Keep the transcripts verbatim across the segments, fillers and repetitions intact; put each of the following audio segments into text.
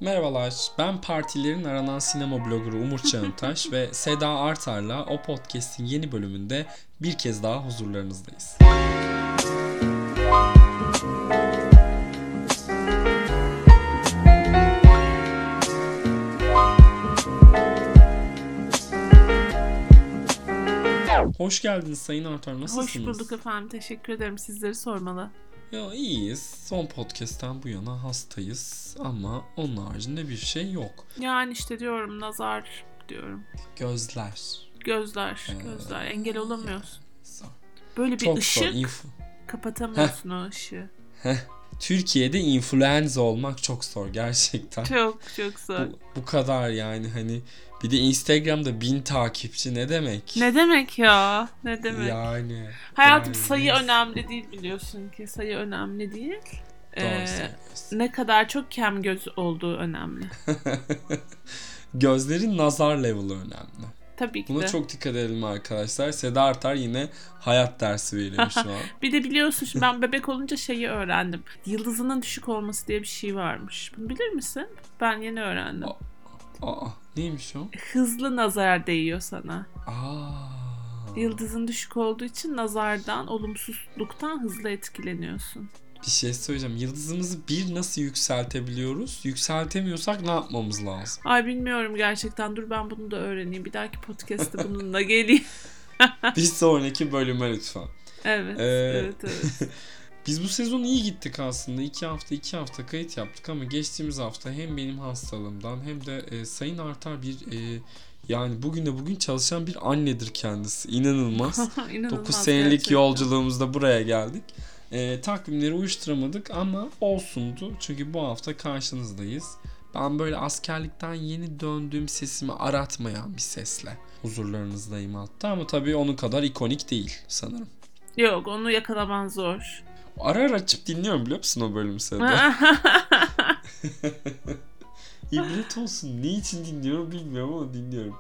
Merhabalar, ben partilerin aranan sinema bloggerı Umur Çağıntaş ve Seda Artar'la o podcast'in yeni bölümünde bir kez daha huzurlarınızdayız. Hoş geldiniz Sayın Artar, nasılsınız? Hoş bulduk efendim, teşekkür ederim. Sizleri sormalı. Ya iyiyiz. Son podcast'ten bu yana hastayız ama onun haricinde bir şey yok. Yani işte diyorum, nazar diyorum. Gözler. Gözler, gözler. Ee, Engel olamıyorsun. Zor. Böyle bir Çok ışık, zor. Inf- kapatamıyorsun o ışığı. Türkiye'de influenza olmak çok zor gerçekten. Çok çok zor. Bu, bu kadar yani hani bir de Instagram'da bin takipçi ne demek? Ne demek ya? Ne demek? Yani. Hayatım yani sayı neyse. önemli değil, biliyorsun ki. Sayı önemli değil. Doğru Ee, söylüyorsun. ne kadar çok kem göz olduğu önemli. Gözlerin nazar level'ı önemli. Tabii ki Buna de. çok dikkat edelim arkadaşlar. Seda Artar yine hayat dersi veriyor şu an. Bir de biliyorsun, şimdi ben bebek olunca şeyi öğrendim. Yıldızının düşük olması diye bir şey varmış. Bunu bilir misin? Ben yeni öğrendim. Aa, neymiş o? Hızlı nazar değiyor sana. Aa. Yıldızın düşük olduğu için nazardan, olumsuzluktan hızlı etkileniyorsun. Bir şey söyleyeceğim. Yıldızımızı bir nasıl yükseltebiliyoruz? Yükseltemiyorsak ne yapmamız lazım? Ay bilmiyorum gerçekten. Dur ben bunu da öğreneyim. Bir dahaki podcast'te bununla geleyim. Bir sonraki bölüme lütfen. Evet, Ee, evet, evet. Biz bu sezon iyi gittik aslında. İki hafta iki hafta kayıt yaptık ama geçtiğimiz hafta hem benim hastalığımdan hem de e, Sayın Artar bir e, yani bugün de bugün çalışan bir annedir kendisi. İnanılmaz. İnanılmaz dokuz senelik gerçekten. yolculuğumuzda buraya geldik. E, takvimleri uyuşturamadık ama olsundu. Çünkü bu hafta karşınızdayız. Ben böyle askerlikten yeni döndüğüm sesimi aratmayan bir sesle huzurlarınızdayım hatta. Ama tabii onun kadar ikonik değil sanırım. Yok, onu yakalaman zor. Ara ara açıp dinliyorum biliyor musun o bölümü Seda? İbret olsun. Ne için dinliyorum bilmiyorum ama dinliyorum.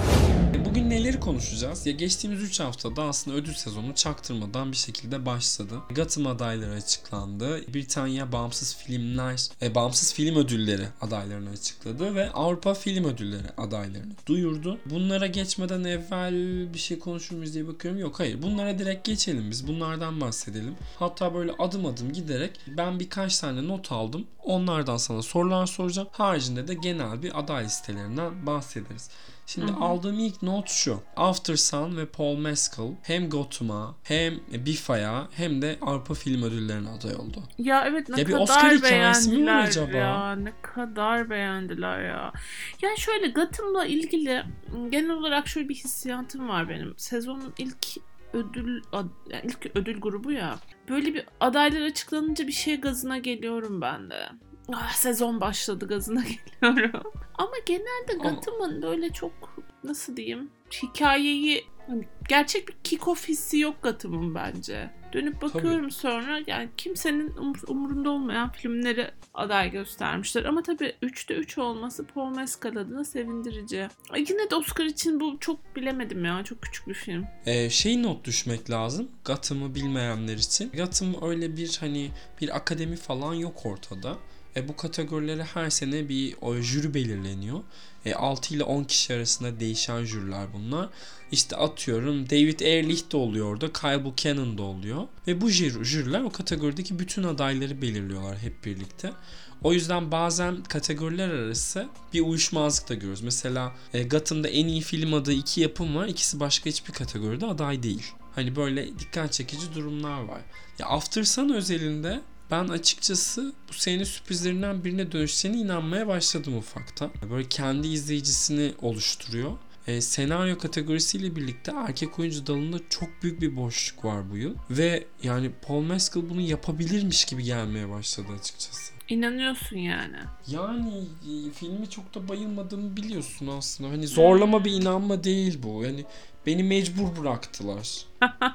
Bugün neleri konuşacağız? Ya geçtiğimiz üç haftada aslında ödül sezonu çaktırmadan bir şekilde başladı. Gotham adayları açıklandı. Britanya Bağımsız Filmler, e, Bağımsız Film Ödülleri adaylarını açıkladı ve Avrupa Film Ödülleri adaylarını duyurdu. Bunlara geçmeden evvel bir şey konuşur muyuz diye bakıyorum. Yok, hayır. Bunlara direkt geçelim biz. Bunlardan bahsedelim. Hatta böyle adım adım giderek ben birkaç tane not aldım. Onlardan sana sorular soracağım. Haricinde de genel bir aday listelerinden bahsederiz. Şimdi Hı hı. aldığım ilk not şu. Aftersun ve Paul Mescal hem Gotham'a hem Bifa'ya hem de Avrupa Film Ödülleri'ne aday oldu. Ya evet, ne Ya bir kadar Oscar hikayesi mi var beğendiler acaba? ya, ne kadar beğendiler ya. Yani şöyle, Gotham'la ilgili genel olarak şöyle bir hissiyatım var benim. Sezonun ilk ödül ad, yani ilk ödül grubu ya. Böyle bir adaylar açıklanınca bir şey gazına geliyorum ben de. Ah, sezon başladı gazına geliyorum. Ama genelde Gotham'ın böyle çok, nasıl diyeyim, hikayeyi, hani gerçek bir kick-off hissi yok Gotham'ın bence. Dönüp bakıyorum tabii. Sonra yani kimsenin umur- umurunda olmayan filmleri aday göstermişler. Ama tabii üçte üç olması Paul Mescal adına sevindirici. Ay, yine de Oscar için bu çok bilemedim ya. Çok küçük bir film. Ee, şey not düşmek lazım Gotham'ı bilmeyenler için. Gotham öyle bir hani bir akademi falan yok ortada. E, bu kategorilere her sene bir o, jüri belirleniyor. E, altı ile on kişi arasında değişen jüriler bunlar. İşte atıyorum David Ehrlich de oluyor orada, Kyle Buchanan da oluyor. Ve bu jür, jüriler o kategorideki bütün adayları belirliyorlar hep birlikte. O yüzden bazen kategoriler arası bir uyuşmazlık da görüyoruz. Mesela e, Gotham'da en iyi film adı iki yapım var. İkisi başka hiçbir kategoride aday değil. Hani böyle dikkat çekici durumlar var. Ya Aftersun özelinde ben açıkçası bu senenin sürprizlerinden birine dönüşeceğine inanmaya başladım ufaktan. Böyle kendi izleyicisini oluşturuyor. E, senaryo kategorisiyle birlikte erkek oyuncu dalında çok büyük bir boşluk var bu yıl. Ve yani Paul Mescal bunu yapabilirmiş gibi gelmeye başladı açıkçası. İnanıyorsun yani. Yani e, filmi çok da bayılmadığımı biliyorsun aslında. Hani zorlama bir inanma değil bu. Yani beni mecbur bıraktılar.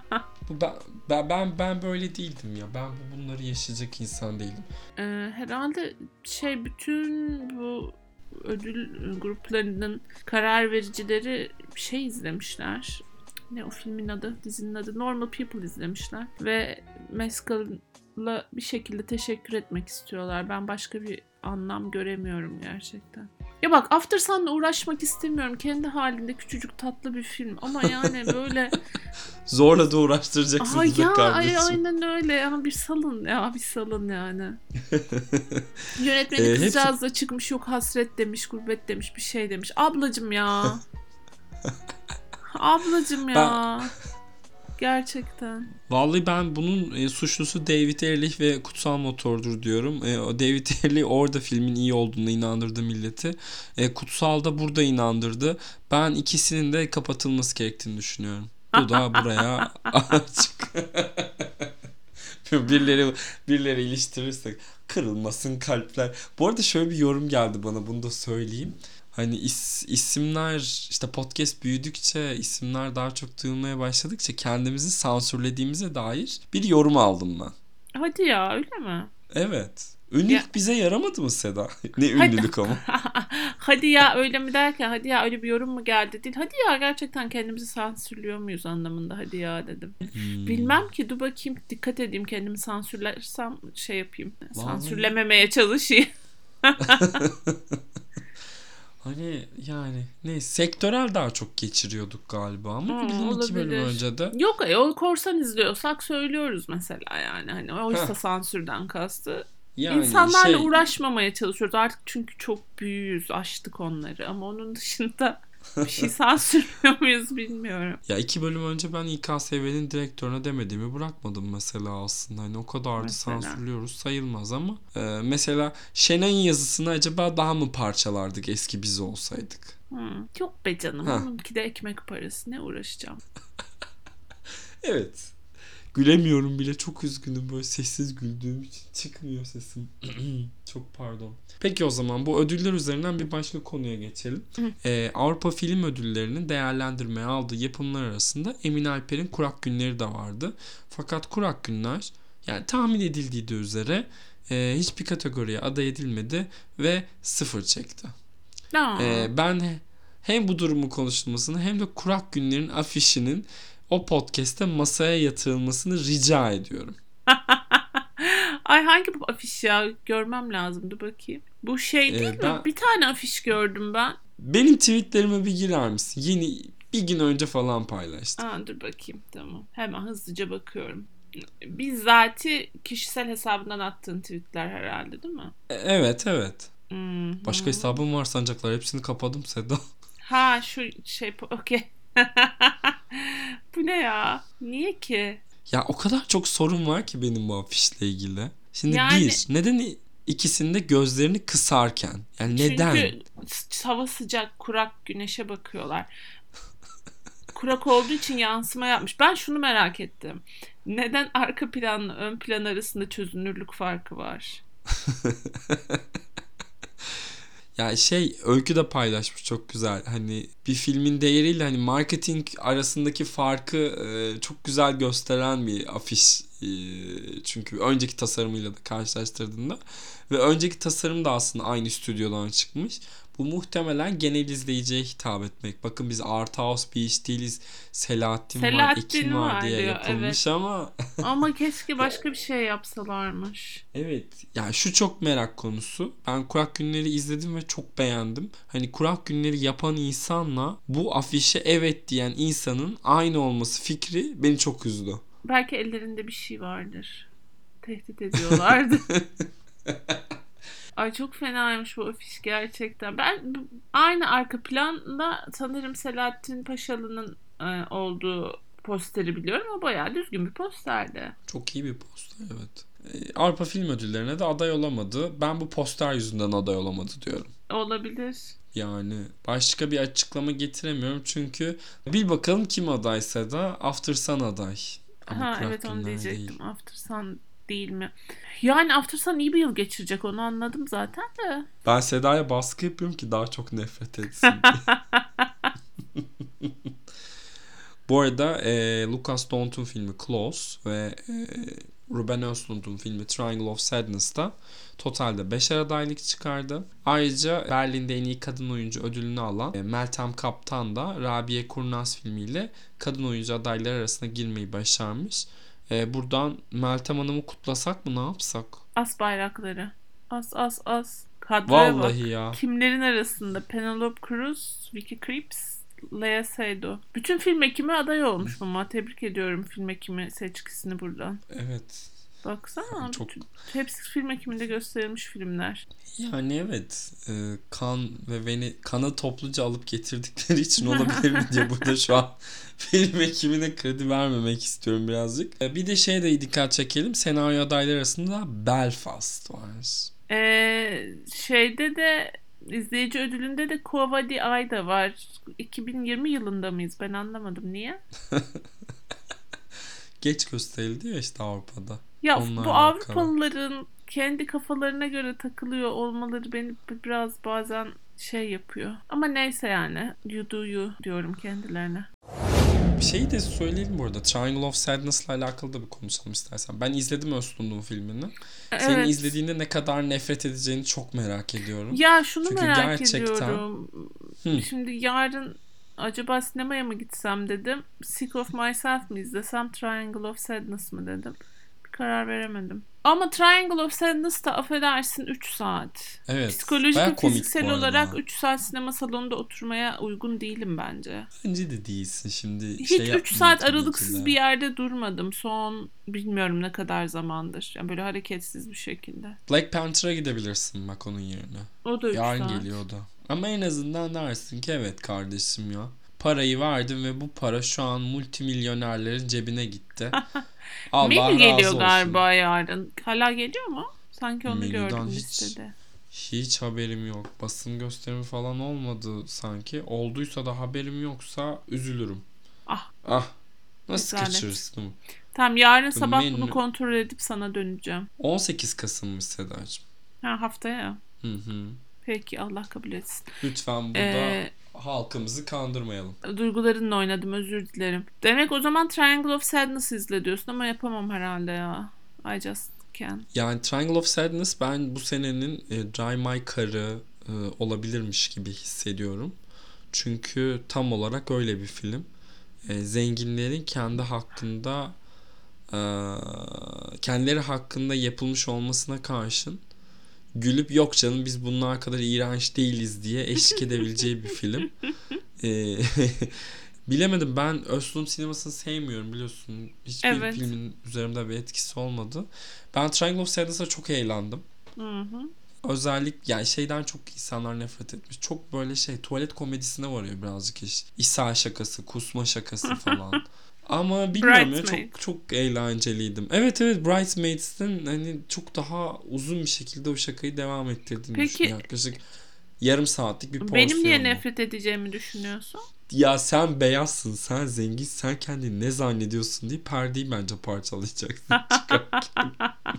Ben, ben ben ben böyle değildim ya. Ben bunları yaşayacak insan değilim. Ee, herhalde şey, bütün bu ödül gruplarının karar vericileri şey izlemişler. Ne o filmin adı, dizinin adı? Normal People izlemişler ve Mescal'la bir şekilde teşekkür etmek istiyorlar. Ben başka bir anlam göremiyorum gerçekten. Ya bak, After Sun'la uğraşmak istemiyorum. Kendi halinde küçücük tatlı bir film ama yani böyle Zorla da Aa uğraştıracaksınız be ya ay, kardeşim. aynen öyle ya, bir salın ya, bir salın yani. Yönetmeni E, hepsi kızcağız da çıkmış, yok hasret demiş, gurbet demiş, bir şey demiş. Ablacım ya. Ablacım ben ya. Gerçekten. vallahi ben bunun e, suçlusu David Ehrlich ve Kutsal Motor'dur diyorum. E, o David Ehrlich orada filmin iyi olduğuna inandırdı milleti. E, Kutsal da burada inandırdı. Ben ikisinin de kapatılması gerektiğini düşünüyorum. Bu da buraya açık. birileri birileri iliştirirsek kırılmasın kalpler. Bu arada şöyle bir yorum geldi bana, bunu da söyleyeyim. Hani is, isimler işte podcast büyüdükçe, isimler daha çok duyulmaya başladıkça kendimizi sansürlediğimize dair bir yorum aldım ben. Hadi ya, öyle mi? Evet. Ya Ünlülük bize yaramadı mı Seda? Ne hadi ünlülük ama. hadi ya öyle mi derken, hadi ya öyle bir yorum mu geldi değil. Hadi ya gerçekten kendimizi sansürlüyor muyuz anlamında hadi ya dedim. Hmm. Bilmem ki, dur bakayım, dikkat edeyim, kendimi sansürlersem şey yapayım. Vallahi Sansürlememeye çalışayım. hani yani ne, sektörel daha çok geçiriyorduk galiba ama Hmm, bilin iki bölüm olabilir. önce de. Yok ayol, korsan izliyorsak söylüyoruz mesela yani. Hani Heh, oysa sansürden kastı. yani İnsanlarla şey uğraşmamaya çalışıyoruz artık çünkü çok büyüğüz, aştık onları. Ama onun dışında bir şey sansürlüyor muyuz bilmiyorum. ya iki bölüm önce ben İ K S V'nin direktörüne demediğimi bırakmadım mesela aslında. Hani o kadar da Mesela. sansürlüyoruz sayılmaz ama e, mesela Şenay'ın yazısını acaba daha mı parçalardık eski biz olsaydık? Hmm. Yok be canım, Ha, onunki de ekmek parası, ne uğraşacağım. evet. Gülemiyorum bile, çok üzgünüm, böyle sessiz güldüğüm için çıkmıyor sesim. Çok pardon. Peki o zaman bu ödüller üzerinden bir başka konuya geçelim. Hı. Ee, Avrupa Film Ödülleri'nin değerlendirmeye aldığı yapımlar arasında Emin Alper'in Kurak Günleri de vardı. Fakat Kurak Günler, yani tahmin edildiği de üzere e, hiçbir kategoriye aday edilmedi ve sıfır çekti. Aa. Ee, ben hem bu durumu konuşulmasını hem de Kurak Günler'in afişinin o podcast'te masaya yatırılmasını rica ediyorum. Ay hangi bu afiş ya? Görmem lazımdı, bakayım. Bu şey değil Ee, mi? ben Bir tane afiş gördüm ben. benim tweetlerime bir girer misin? Yeni bir gün önce falan paylaştım. Aa, dur bakayım, tamam. Hemen hızlıca bakıyorum. Bizzati kişisel hesabından attığın tweetler herhalde değil mi? E- Evet evet. Başka Hı-hı. hesabım var sancaklar. Hepsini kapadım Seda. Ha şu şey, okey. Bu ne ya? Niye ki? Ya o kadar çok sorun var ki benim bu afişle ilgili. Şimdi Yani bir, neden ikisinde gözlerini kısarken? Yani neden? çünkü s- hava sıcak, kurak, güneşe bakıyorlar. Kurak olduğu için yansıma yapmış. Ben şunu merak ettim. Neden arka planla ön plan arasında çözünürlük farkı var? Ya şey, Öykü de paylaşmış çok güzel. Hani bir filmin değeriyle hani marketing arasındaki farkı e, çok güzel gösteren bir afiş. E, çünkü önceki tasarımıyla da karşılaştırdığında ve önceki tasarım da aslında aynı stüdyodan çıkmış. Bu muhtemelen genel izleyiciye hitap etmek. Bakın biz Art House bir iş değiliz. Selahattin var, Ekin Selahattin var var diye diyor, yapılmış evet. ama Ama keşke başka bir şey yapsalarmış. evet, yani şu çok merak konusu. Ben Kurak Günleri izledim ve çok beğendim. Hani Kurak Günleri yapan insanla bu afişe evet diyen insanın aynı olması fikri beni çok üzdü. Belki ellerinde bir şey vardır. Tehdit ediyorlardı. Ay çok fenaymış bu afiş gerçekten. Ben bu- aynı arka planda sanırım Selahattin Paşalı'nın e, olduğu posteri biliyorum. O bayağı düzgün bir posterdi. Çok iyi bir poster, evet. Ee, Avrupa Film Ödülleri'ne de aday olamadı. Ben bu poster yüzünden aday olamadı diyorum. Olabilir. Yani başka bir açıklama getiremiyorum çünkü bil bakalım kim adaysa da After Sun aday. Ama Ha Kurak evet, onu Günler değil. diyecektim. After Sun değil mi? Yani After Sun iyi bir yıl geçirecek, onu anladım zaten de. Ben Seda'ya baskı yapıyorum ki daha çok nefret etsin diye. Bu arada e, Lucas Dont'un filmi Close ve e, Ruben Östlund'un filmi Triangle of Sadness'ta totalde beşer adaylık çıkardı. Ayrıca Berlin'de en iyi kadın oyuncu ödülünü alan e, Meltem Kaptan da Rabia Kurnaz filmiyle kadın oyuncu adayları arasına girmeyi başarmış. E, buradan Meltem Hanım'ı kutlasak mı, ne yapsak? As bayrakları. As as as. Kadroya bak. Vallahi ya. Kimlerin arasında? Penelope Cruz, Vicky Krieps, Lea Seydoux. Bütün film ekimi aday olmuş ama tebrik ediyorum film ekimi seçkisini buradan. Evet. Baksana Çok... bütün, hepsi film ekiminde gösterilmiş filmler. Yani evet, e, kan ve Veni kanı topluca alıp getirdikleri için olabilir mi diye burada şu an film ekimine kredi vermemek istiyorum birazcık. E, bir de şeye de dikkat çekelim, senaryo adayları arasında Belfast var. Ee, şeyde de izleyici ödülünde de Quo Vadis Ayda var. iki bin yirmi yılında mıyız? Ben anlamadım. Niye? Geç gösterildi ya işte Avrupa'da. Ya Onlarla bu alakalı. Avrupalıların kendi kafalarına göre takılıyor olmaları beni biraz bazen şey yapıyor. Ama neyse yani. You do you diyorum kendilerine. Bir şeyi de söyleyelim burada. Triangle of Sadness'la alakalı da bir konuşalım istersen. Ben izledim Öztun'un filmini. Evet. Senin izlediğinde ne kadar nefret edeceğini çok merak ediyorum. Ya şunu Çünkü merak gerçekten... ediyorum. Hı. Şimdi yarın acaba sinemaya mı gitsem dedim. Sick of Myself mi izlesem, Triangle of Sadness mı dedim. Bir karar veremedim. Ama Triangle of Sadness da affedersin üç saat. Evet. Psikolojik Bayağı ve komik fiziksel bu arada. olarak üç saat sinema salonunda oturmaya uygun değilim bence. Bence de değilsin şimdi. Hiç şey üç saat tabii ki aralıksız de. bir yerde durmadım. Son bilmiyorum ne kadar zamandır. Yani böyle hareketsiz bir şekilde. Black Panther'a gidebilirsin bak onun yerine. O da üç Yarın saat. geliyor o da. Ama en azından dersin ki evet kardeşim ya. Parayı verdim ve bu para şu an multimilyonerlerin cebine gitti. Allah Meli razı geliyor olsun. galiba yarın. Hala geliyor mu? Sanki onu Menüden gördüm hiç- listede. Hiç haberim yok. Basın gösterimi falan olmadı sanki. Olduysa da haberim yoksa üzülürüm. Ah. Ah. Nasıl Rezalet. kaçırırsın? Tamam yarın The sabah menü- bunu kontrol edip sana döneceğim. on sekiz Kasım'mış Sedacığım. Ha haftaya. Hı hı. Peki Allah kabul etsin. Lütfen burada Ee, halkımızı kandırmayalım. duygularınla oynadım özür dilerim. Demek o zaman Triangle of Sadness izle diyorsun ama yapamam herhalde ya. I just can't. Yani Triangle of Sadness ben bu senenin e, Drive My Car'ı e, olabilirmiş gibi hissediyorum. Çünkü tam olarak öyle bir film. E, zenginlerin kendi hakkında e, kendileri hakkında yapılmış olmasına karşın gülüp yok canım biz bunlar kadar iğrenç değiliz diye eşlik edebileceği bir film. E, bilemedim, ben Özlem sinemasını sevmiyorum biliyorsun. Hiçbir Evet. filmin üzerimde bir etkisi olmadı. Ben Triangle of Sadness'a çok eğlendim. Hı hı. Özellikle yani şeyden çok insanlar nefret etmiş. Çok böyle şey tuvalet komedisine varıyor birazcık iş. İsa şakası, kusma şakası falan. Ama bilmiyorum ya Bridesmaid. çok çok eğlenceliydim. Evet evet Bridesmaids'ten hani çok daha uzun bir şekilde o şakayı devam ettirdiğini Peki- düşünüyorum. Yaklaşık yarım saatlik bir porsiyon. Benim niye bu. nefret edeceğimi düşünüyorsun? Ya sen beyazsın, sen zengin, sen kendini ne zannediyorsun diye perdeyi bence parçalayacaksın çıkarken.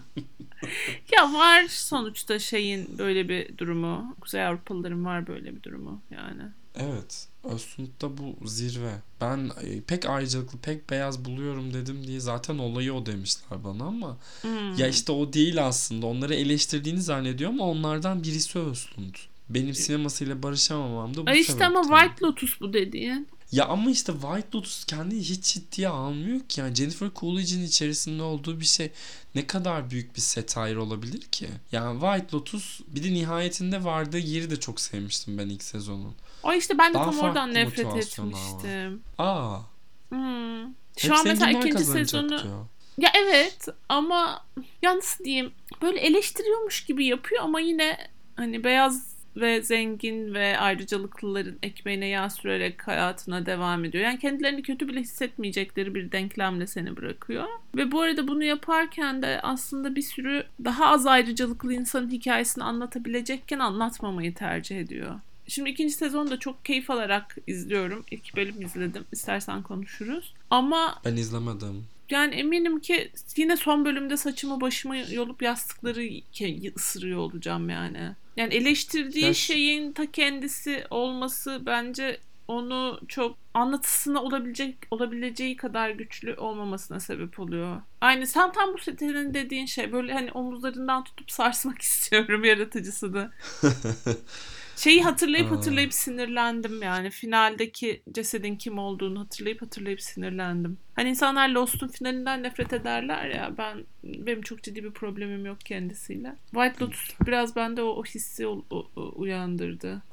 Ya var sonuçta şeyin böyle bir durumu. Kuzey Avrupalıların var böyle bir durumu yani. Evet. Öztürk'te bu zirve. Ben e, pek ayrıcalıklı, pek beyaz buluyorum dedim diye zaten olayı o demişler bana ama Hmm. ya işte o değil aslında. Onları eleştirdiğini zannediyor ama onlardan birisi Öztürk. Benim sinemasıyla barışamamam da bu Ay işte ama sebepten. White Lotus bu dediğin. Ya ama işte White Lotus kendini hiç ciddiye almıyor ki. Yani Jennifer Coolidge'in içerisinde olduğu bir şey ne kadar büyük bir satire olabilir ki? Yani White Lotus bir de nihayetinde vardığı yeri de çok sevmiştim ben ilk sezonun. O işte ben de Daha tam oradan farklı nefret motivasyonlar var. etmiştim. Aa. Hmm. Hep Şu an mesela zenginler ikinci kazanacak sezonu diyor. ya evet ama ya nasıl diyeyim böyle eleştiriyormuş gibi yapıyor ama yine hani beyaz ve zengin ve ayrıcalıklıların ekmeğine yağ sürerek hayatına devam ediyor. Yani kendilerini kötü bile hissetmeyecekleri bir denklemle seni bırakıyor. Ve bu arada bunu yaparken de aslında bir sürü daha az ayrıcalıklı insanın hikayesini anlatabilecekken anlatmamayı tercih ediyor. Şimdi ikinci sezonu da çok keyif alarak izliyorum. İlk bölüm izledim. İstersen konuşuruz. Ama Ben izlemedim. yani eminim ki yine son bölümde saçımı başımı yolup yastıkları ke- ısırıyor olacağım yani. Yani eleştirdiği Ya- şeyin ta kendisi olması bence onu çok anlatısına olabilecek olabileceği kadar güçlü olmamasına sebep oluyor. Aynı sen tam bu senin dediğin şey böyle hani omuzlarından tutup sarsmak istiyorum yaratıcısını. Şeyi hatırlayıp Aa, hatırlayıp sinirlendim yani. Finaldeki cesedin kim olduğunu hatırlayıp hatırlayıp sinirlendim. Hani insanlar Lost'un finalinden nefret ederler ya. Ben benim çok ciddi bir problemim yok kendisiyle. White Lotus biraz bende o, o hissi o- o- o- uyandırdı.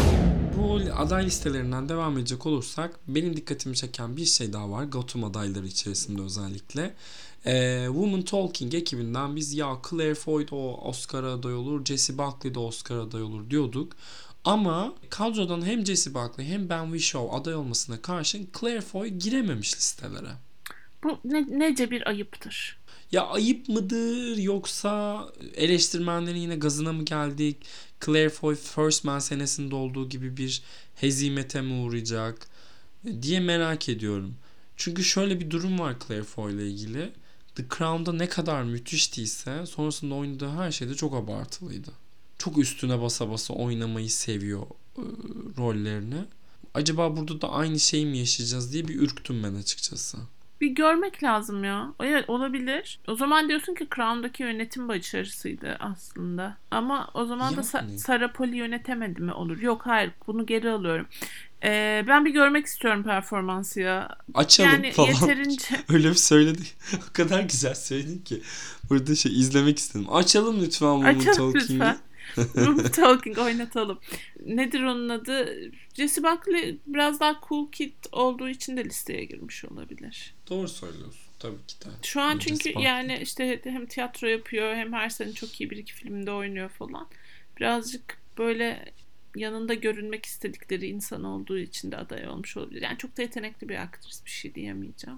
Bu aday listelerinden devam edecek olursak benim dikkatimi çeken bir şey daha var. Gotham adayları içerisinde özellikle. Ee, Woman Talking ekibinden biz ya Claire Foy da Oscar'a aday olur, Jessie Buckley de Oscar'a aday olur diyorduk. Ama kadrodan hem Jessie Buckley hem Ben Whishaw aday olmasına karşın Claire Foy girememiş listelere. Bu ne, nece bir ayıptır. Ya ayıp mıdır yoksa eleştirmenlerin yine gazına mı geldik? Claire Foy First Man senesinde olduğu gibi bir hezimete mi uğrayacak diye merak ediyorum. Çünkü şöyle bir durum var Claire Foy ile ilgili. The Crown'da ne kadar müthiştiyse sonrasında oynadığı her şey de çok abartılıydı. Çok üstüne basa basa oynamayı seviyor e, rollerini. Acaba burada da aynı şeyi mi yaşayacağız diye bir ürktüm ben açıkçası. Bir görmek lazım ya. Evet, olabilir. O zaman diyorsun ki Crown'daki yönetim başarısıydı aslında. Ama o zaman da Sa- Yani Sarah Polley yönetemedi mi olur? Yok, hayır, bunu geri alıyorum. Ee, ben bir görmek istiyorum performansı ya. açalım Yani falan. yeterince Öyle bir söyledi. O kadar güzel söyledin ki. Burada şey izlemek istedim. Açalım lütfen Woman açalım Talking'i. lütfen. Room Talking oynatalım. Nedir onun adı? Jessie Buckley biraz daha cool kid olduğu için de listeye girmiş olabilir. Doğru söylüyorsun. Tabii ki de. Şu an Jessie çünkü Buckley. yani işte hem tiyatro yapıyor hem her sene çok iyi bir iki filmde oynuyor falan. Birazcık böyle yanında görünmek istedikleri insan olduğu için de aday olmuş olabilir. Yani çok da yetenekli bir aktris, bir şey diyemeyeceğim.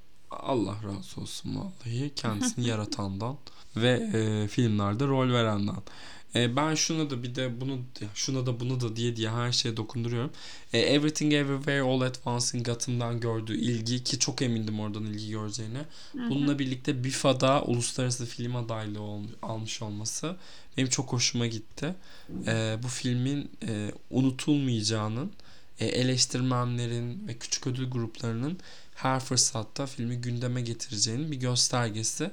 Allah razı olsun vallahi. Kendisini yaratandan ve e, filmlerde rol verenden. E, ben şuna da bir de bunu şuna da bunu da diye diye her şeye dokunduruyorum. E, Everything Everywhere All at Once'ın Gotham'dan gördüğü ilgi ki çok emindim oradan ilgi göreceğine. Bununla birlikte B I F A'da uluslararası film adaylığı ol, almış olması benim çok hoşuma gitti. E, bu filmin e, unutulmayacağının e, eleştirmenlerin ve küçük ödül gruplarının her fırsatta filmi gündeme getireceğinin bir göstergesi.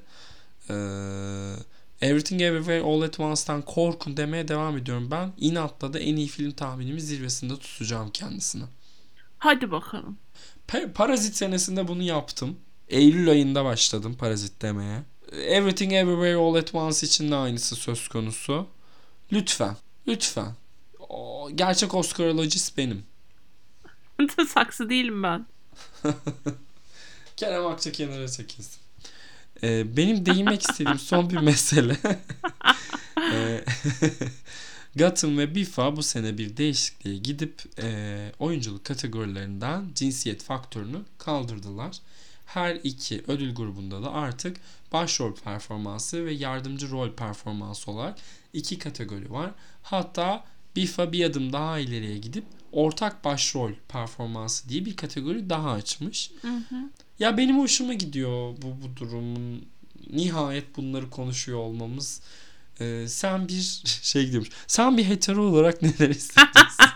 Ee, Everything Everywhere All at Once'tan korkun demeye devam ediyorum ben. İnatla da en iyi film tahminimi zirvesinde tutacağım kendisine. Hadi bakalım. Pa- Parazit senesinde bunu yaptım. Eylül ayında başladım Parazit demeye. Everything Everywhere All at Once için de aynısı söz konusu. Lütfen. Lütfen. O, gerçek Oscarologist benim. Saksı değilim ben. Kerem Akça kenara çekilsin. Ee, benim değinmek istediğim son bir mesele. ee, Gotham ve B I F A bu sene bir değişikliğe gidip e, oyunculuk kategorilerinden cinsiyet faktörünü kaldırdılar. Her iki ödül grubunda da artık başrol performansı ve yardımcı rol performansı olarak iki kategori var. Hatta B I F A bir adım daha ileriye gidip ortak başrol performansı diye bir kategori daha açmış. Hı hı. Ya benim hoşuma gidiyor bu, bu durumun. Nihayet bunları konuşuyor olmamız. Ee, sen bir şey gidiyormuş. Sen bir hetero olarak neler hissediyorsun?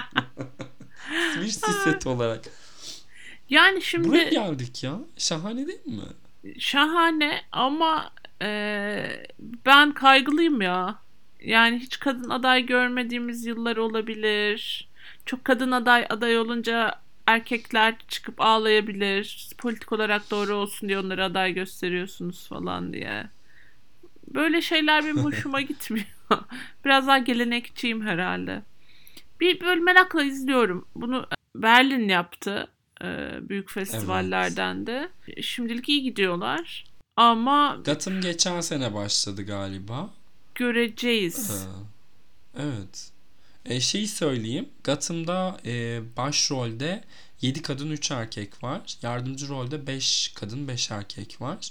Bir sisset olarak. Yani şimdi Buraya geldik ya. Şahane değil mi? şahane ama e, ben kaygılıyım ya. Yani hiç kadın aday görmediğimiz yıllar olabilir. Çok kadın aday aday olunca erkekler çıkıp ağlayabilir. Politik olarak doğru olsun diye onları aday gösteriyorsunuz falan diye. Böyle şeyler benim hoşuma gitmiyor. Biraz daha gelenekçiyim herhalde. Bir böyle merakla izliyorum. Bunu Berlin yaptı. e, Büyük festivallerden de. Şimdilik iyi gidiyorlar. Ama Gotham geçen sene başladı galiba. göreceğiz. Ee, evet. E, şeyi söyleyeyim. Gotham'da e, başrolde yedi kadın üç erkek var. Yardımcı rolde beş kadın beş erkek var.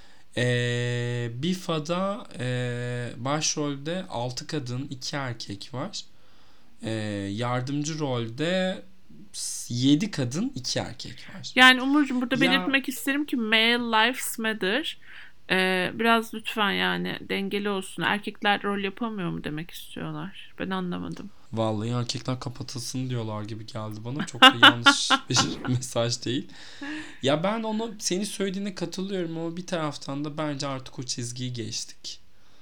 E, B I F A'da e, başrolde altı kadın iki erkek var. E, yardımcı rolde yedi kadın iki erkek var. Yani Umurcuğum burada Ya belirtmek isterim ki Male Lives Matter. Ee, biraz lütfen yani dengeli olsun. Erkekler rol yapamıyor mu demek istiyorlar. Ben anlamadım. vallahi erkekler kapatılsın diyorlar gibi geldi bana. Çok da yanlış bir mesaj değil. Ya ben onu seni söylediğine katılıyorum ama bir taraftan da bence artık o çizgiyi geçtik.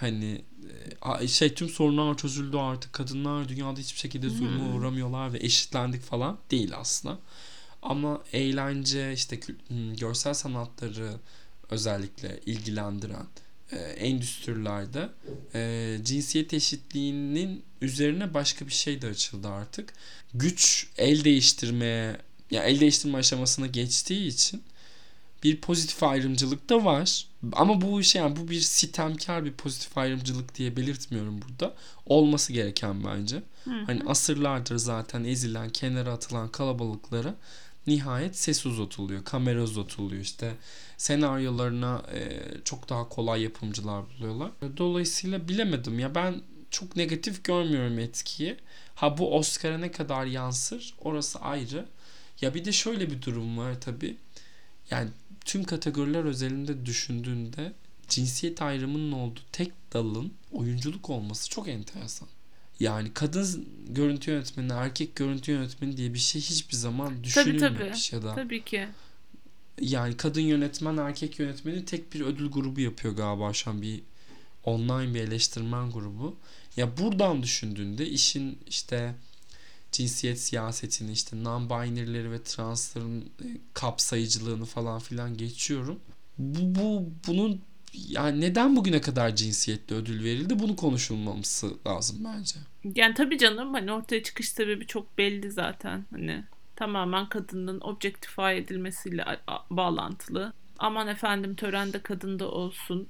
Hani e, şey tüm sorunlar çözüldü artık. Kadınlar dünyada hiçbir şekilde zulme Hmm. uğramıyorlar ve eşitlendik falan değil aslında. Ama eğlence işte görsel sanatları özellikle ilgilendiren e, endüstrilerde e, cinsiyet eşitliğinin üzerine başka bir şey de açıldı artık. Güç el değiştirmeye ya el değiştirme aşamasına geçtiği için bir pozitif ayrımcılık da var. Ama bu şey yani bu bir sitemkar bir pozitif ayrımcılık diye belirtmiyorum burada. Olması gereken bence. Hı Hani hı. asırlardır zaten ezilen, kenara atılan kalabalıklara nihayet ses uzatılıyor, kamera uzatılıyor. İşte senaryolarına e, çok daha kolay yapımcılar buluyorlar. Dolayısıyla bilemedim ya ben çok negatif görmüyorum etkiyi. Ha bu Oscar'a ne kadar yansır orası ayrı. Ya bir de şöyle bir durum var tabii. Yani tüm kategoriler özelinde düşündüğünde cinsiyet ayrımının olduğu tek dalın oyunculuk olması çok enteresan. Yani kadın görüntü yönetmeni, erkek görüntü yönetmeni diye bir şey hiçbir zaman Tabii tabii. düşünülmemiş ya da Tabii ki. yani kadın yönetmen, erkek yönetmeni tek bir ödül grubu yapıyor galiba şu an bir online bir eleştirmen grubu. Ya buradan düşündüğünde işin işte cinsiyet siyasetini işte non-binary'leri ve transların e, kapsayıcılığını falan filan geçiyorum. Bu, bu bunun yani neden bugüne kadar cinsiyetli ödül verildi? Bunu konuşulmaması lazım bence. Yani tabii canım, hani ortaya çıkış sebebi çok belli zaten. Hani tamamen kadının objectify edilmesiyle a- a- bağlantılı. Aman efendim törende kadın da olsun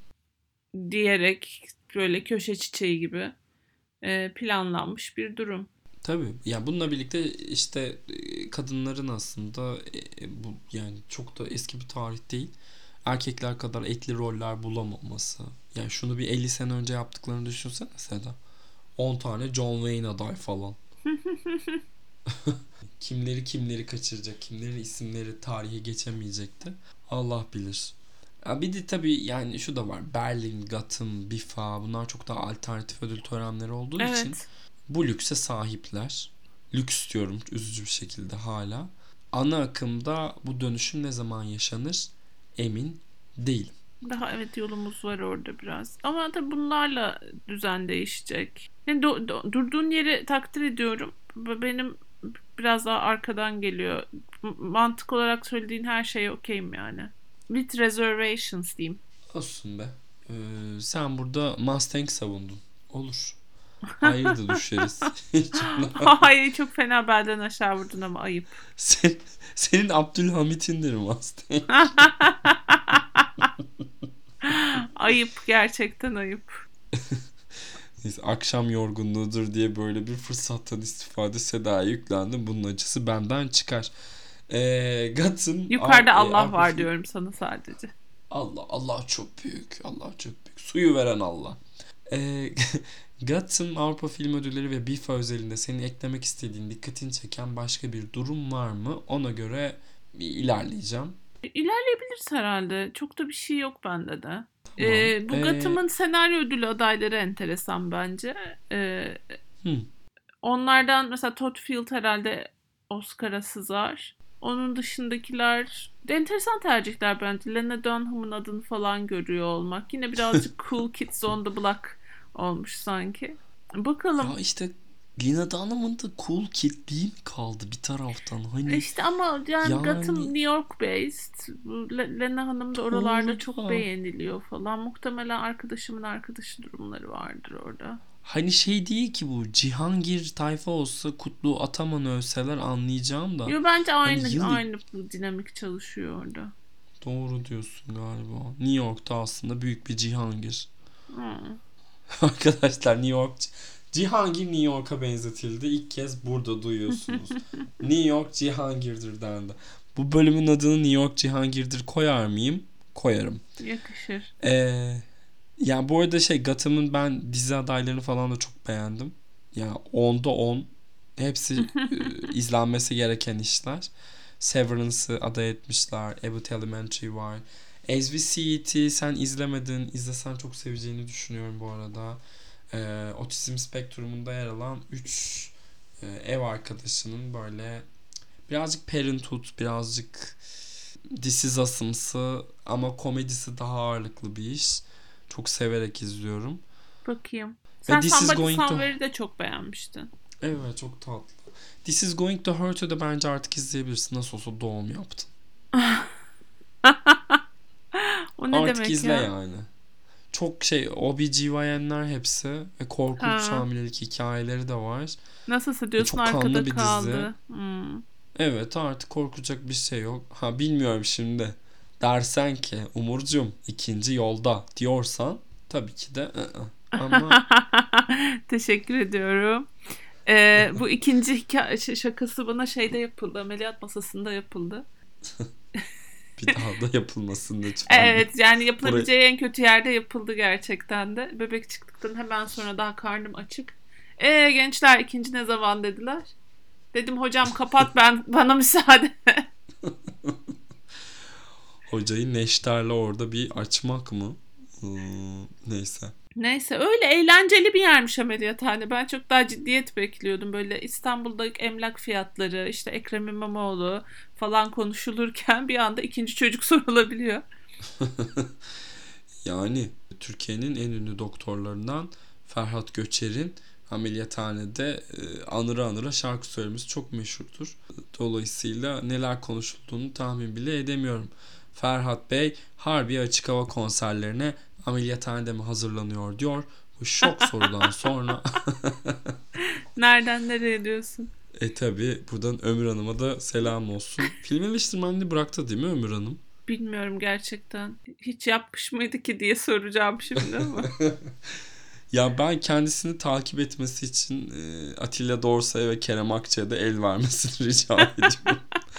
diyerek böyle köşe çiçeği gibi e, planlanmış bir durum. Tabii. Yani bununla birlikte işte e, kadınların aslında e, e, bu yani çok da eski bir tarih değil. Erkekler kadar etli roller bulamaması. Yani şunu bir elli sene önce yaptıklarını düşünsene Seda. on tane John Wayne aday falan. Kimleri kimleri kaçıracak, kimleri isimleri tarihe geçemeyecekti. Allah bilir. Ya bir de tabii yani şu da var. Berlin, Gotham, BIFA bunlar çok daha alternatif ödül törenleri olduğu için Evet. bu lükse sahipler. Lüks diyorum üzücü bir şekilde hala. Ana akımda bu dönüşüm ne zaman yaşanır emin değilim. Daha evet, yolumuz var orada biraz. Ama tabii bunlarla düzen değişecek. Yani do- do- durduğun yeri takdir ediyorum. B- Benim biraz daha arkadan geliyor. M- mantık olarak söylediğin her şeye okeyim yani. With reservations diyeyim. Olsun be. Ee, sen burada Mustang savundun. Olur. Ayrı da düşeriz. Hiç önemli. Hayır, çok fena belden aşağı vurdun ama ayıp. Sen, senin Abdülhamit'indir Mustang. Ayıp, gerçekten ayıp. Neyse, akşam yorgunluğudur diye böyle bir fırsattan istifade Seda'ya yüklendim. Bunun acısı benden çıkar. Ee, Guts'ın Ar- Yukarıda e, Allah Avrupa var Film... diyorum sana sadece. Allah, Allah çok büyük. Allah çok büyük. Suyu veren Allah. Ee, Guts'ın Avrupa Film Ödülleri ve BIFA özelinde senin eklemek istediğin, dikkatini çeken başka bir durum var mı? Ona göre bir ilerleyeceğim. İlerleyebiliriz herhalde. Çok da bir şey yok bende de. Tamam. Ee, bu Ee, Gotham'ın senaryo ödülü adayları enteresan bence. Ee, hmm. onlardan mesela Todd Field herhalde Oscar'a sızar. Onun dışındakiler de enteresan tercihler bence. Lena Dunham'ın adını falan görüyor olmak. Yine birazcık Cool Kids on the Block olmuş sanki. Ya Bakalım. işte Lina Dunham'ın da cool kidliği mi kaldı bir taraftan? Hani İşte ama yani Gotham yani New York based. Bu Le- Lena Hanım da oralarda doğru çok da beğeniliyor falan. Muhtemelen arkadaşımın arkadaşı durumları vardır orada. hani şey değil ki bu Cihangir tayfa olsa Kutlu Ataman ölseler anlayacağım da Yo, bence hani aynı yıl aynı bu dinamik çalışıyor orada. doğru diyorsun galiba. New York'ta aslında büyük bir Cihangir. Hmm. Arkadaşlar New York Cihangir New York'a benzetildi. İlk kez burada duyuyorsunuz. New York Cihangir'dir dendi. Bu bölümün adını New York Cihangir'dir koyar mıyım? Koyarım. Yakışır. Ee, yani bu arada şey Gotham'ın ben dizi adaylarını falan da çok beğendim. Yani onda on. Hepsi e, izlenmesi gereken işler. Severance'ı aday etmişler. Abbott Elementary var. As We See It'i sen izlemedin. İzlesen çok seveceğini düşünüyorum bu arada. Ee, otizm spektrumunda yer alan üç ev arkadaşının böyle birazcık parenthood, birazcık This Is Us'ımsı ama komedisi daha ağırlıklı bir iş. Çok severek izliyorum. Bakayım. Ve Sen This is Somebody going to... Somewhere'i de çok beğenmiştin. Evet, çok tatlı. This is going to hurt'u da bence artık izleyebilirsin. Nasıl olsa doğum yaptın. O ne Artık demek izle ya? yani. Çok şey, O B G Y N'ler hepsi ve korkunç Ha. hamilelik hikayeleri de var. Nasılsa Ve diyorsun çok kanlı arkada bir dizi. kaldı. Hmm. Evet, artık korkacak bir şey yok. Ha, bilmiyorum şimdi. Dersen ki Umurcuğum ikinci yolda diyorsan tabii ki de ı-ı. Ama Teşekkür ediyorum. Ee, bu ikinci hikaye ş- şakası bana şeyde yapıldı. Ameliyat masasında yapıldı. bir daha da yapılmasın lütfen. Evet, yani Burayı... yapılabileceği en kötü yerde yapıldı gerçekten de. Bebek çıktıktan hemen sonra daha karnım açık. E gençler ikinci ne zaman dediler. Dedim hocam kapat, ben bana müsaade. Hocayı neşterle orada bir açmak mı? Hmm, neyse. Neyse, öyle eğlenceli bir yermiş ameliyathane. Ben çok daha ciddiyet bekliyordum. Böyle İstanbul'daki emlak fiyatları, işte Ekrem İmamoğlu falan konuşulurken bir anda ikinci çocuk sorulabiliyor. Yani Türkiye'nin en ünlü doktorlarından Ferhat Göçer'in ameliyathanede e, anıra anıra şarkı söylemesi çok meşhurdur. Dolayısıyla neler konuşulduğunu tahmin bile edemiyorum. Ferhat Bey harbi açık hava konserlerine ameliyathanede mi hazırlanıyor diyor. Bu şok sorudan sonra Nereden nereye diyorsun? e tabi buradan Ömür Hanım'a da selam olsun. Film eleştirmenliği bıraktı değil mi Ömür Hanım? Bilmiyorum gerçekten. Hiç yapmış mıydı ki diye soracağım şimdi ama. Ya ben kendisini takip etmesi için e, Atilla Dorsay'a ve Kerem Akçay'a da el vermesini rica ediyorum.